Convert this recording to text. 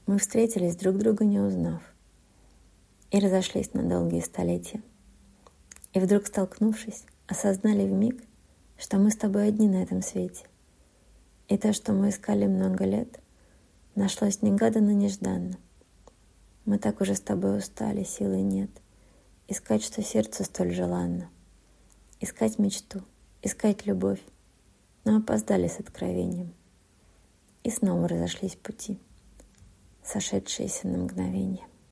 Мы встретились, друг друга не узнав, и разошлись на долгие столетия. И вдруг, столкнувшись, осознали вмиг, что мы с тобой одни на этом свете. И то, что мы искали много лет, нашлось негаданно-нежданно. Мы так уже с тобой устали, силы нет искать, что сердцу столь желанно. Искать мечту, искать любовь, но опоздали с откровением. И снова разошлись пути, сошедшиеся на мгновение.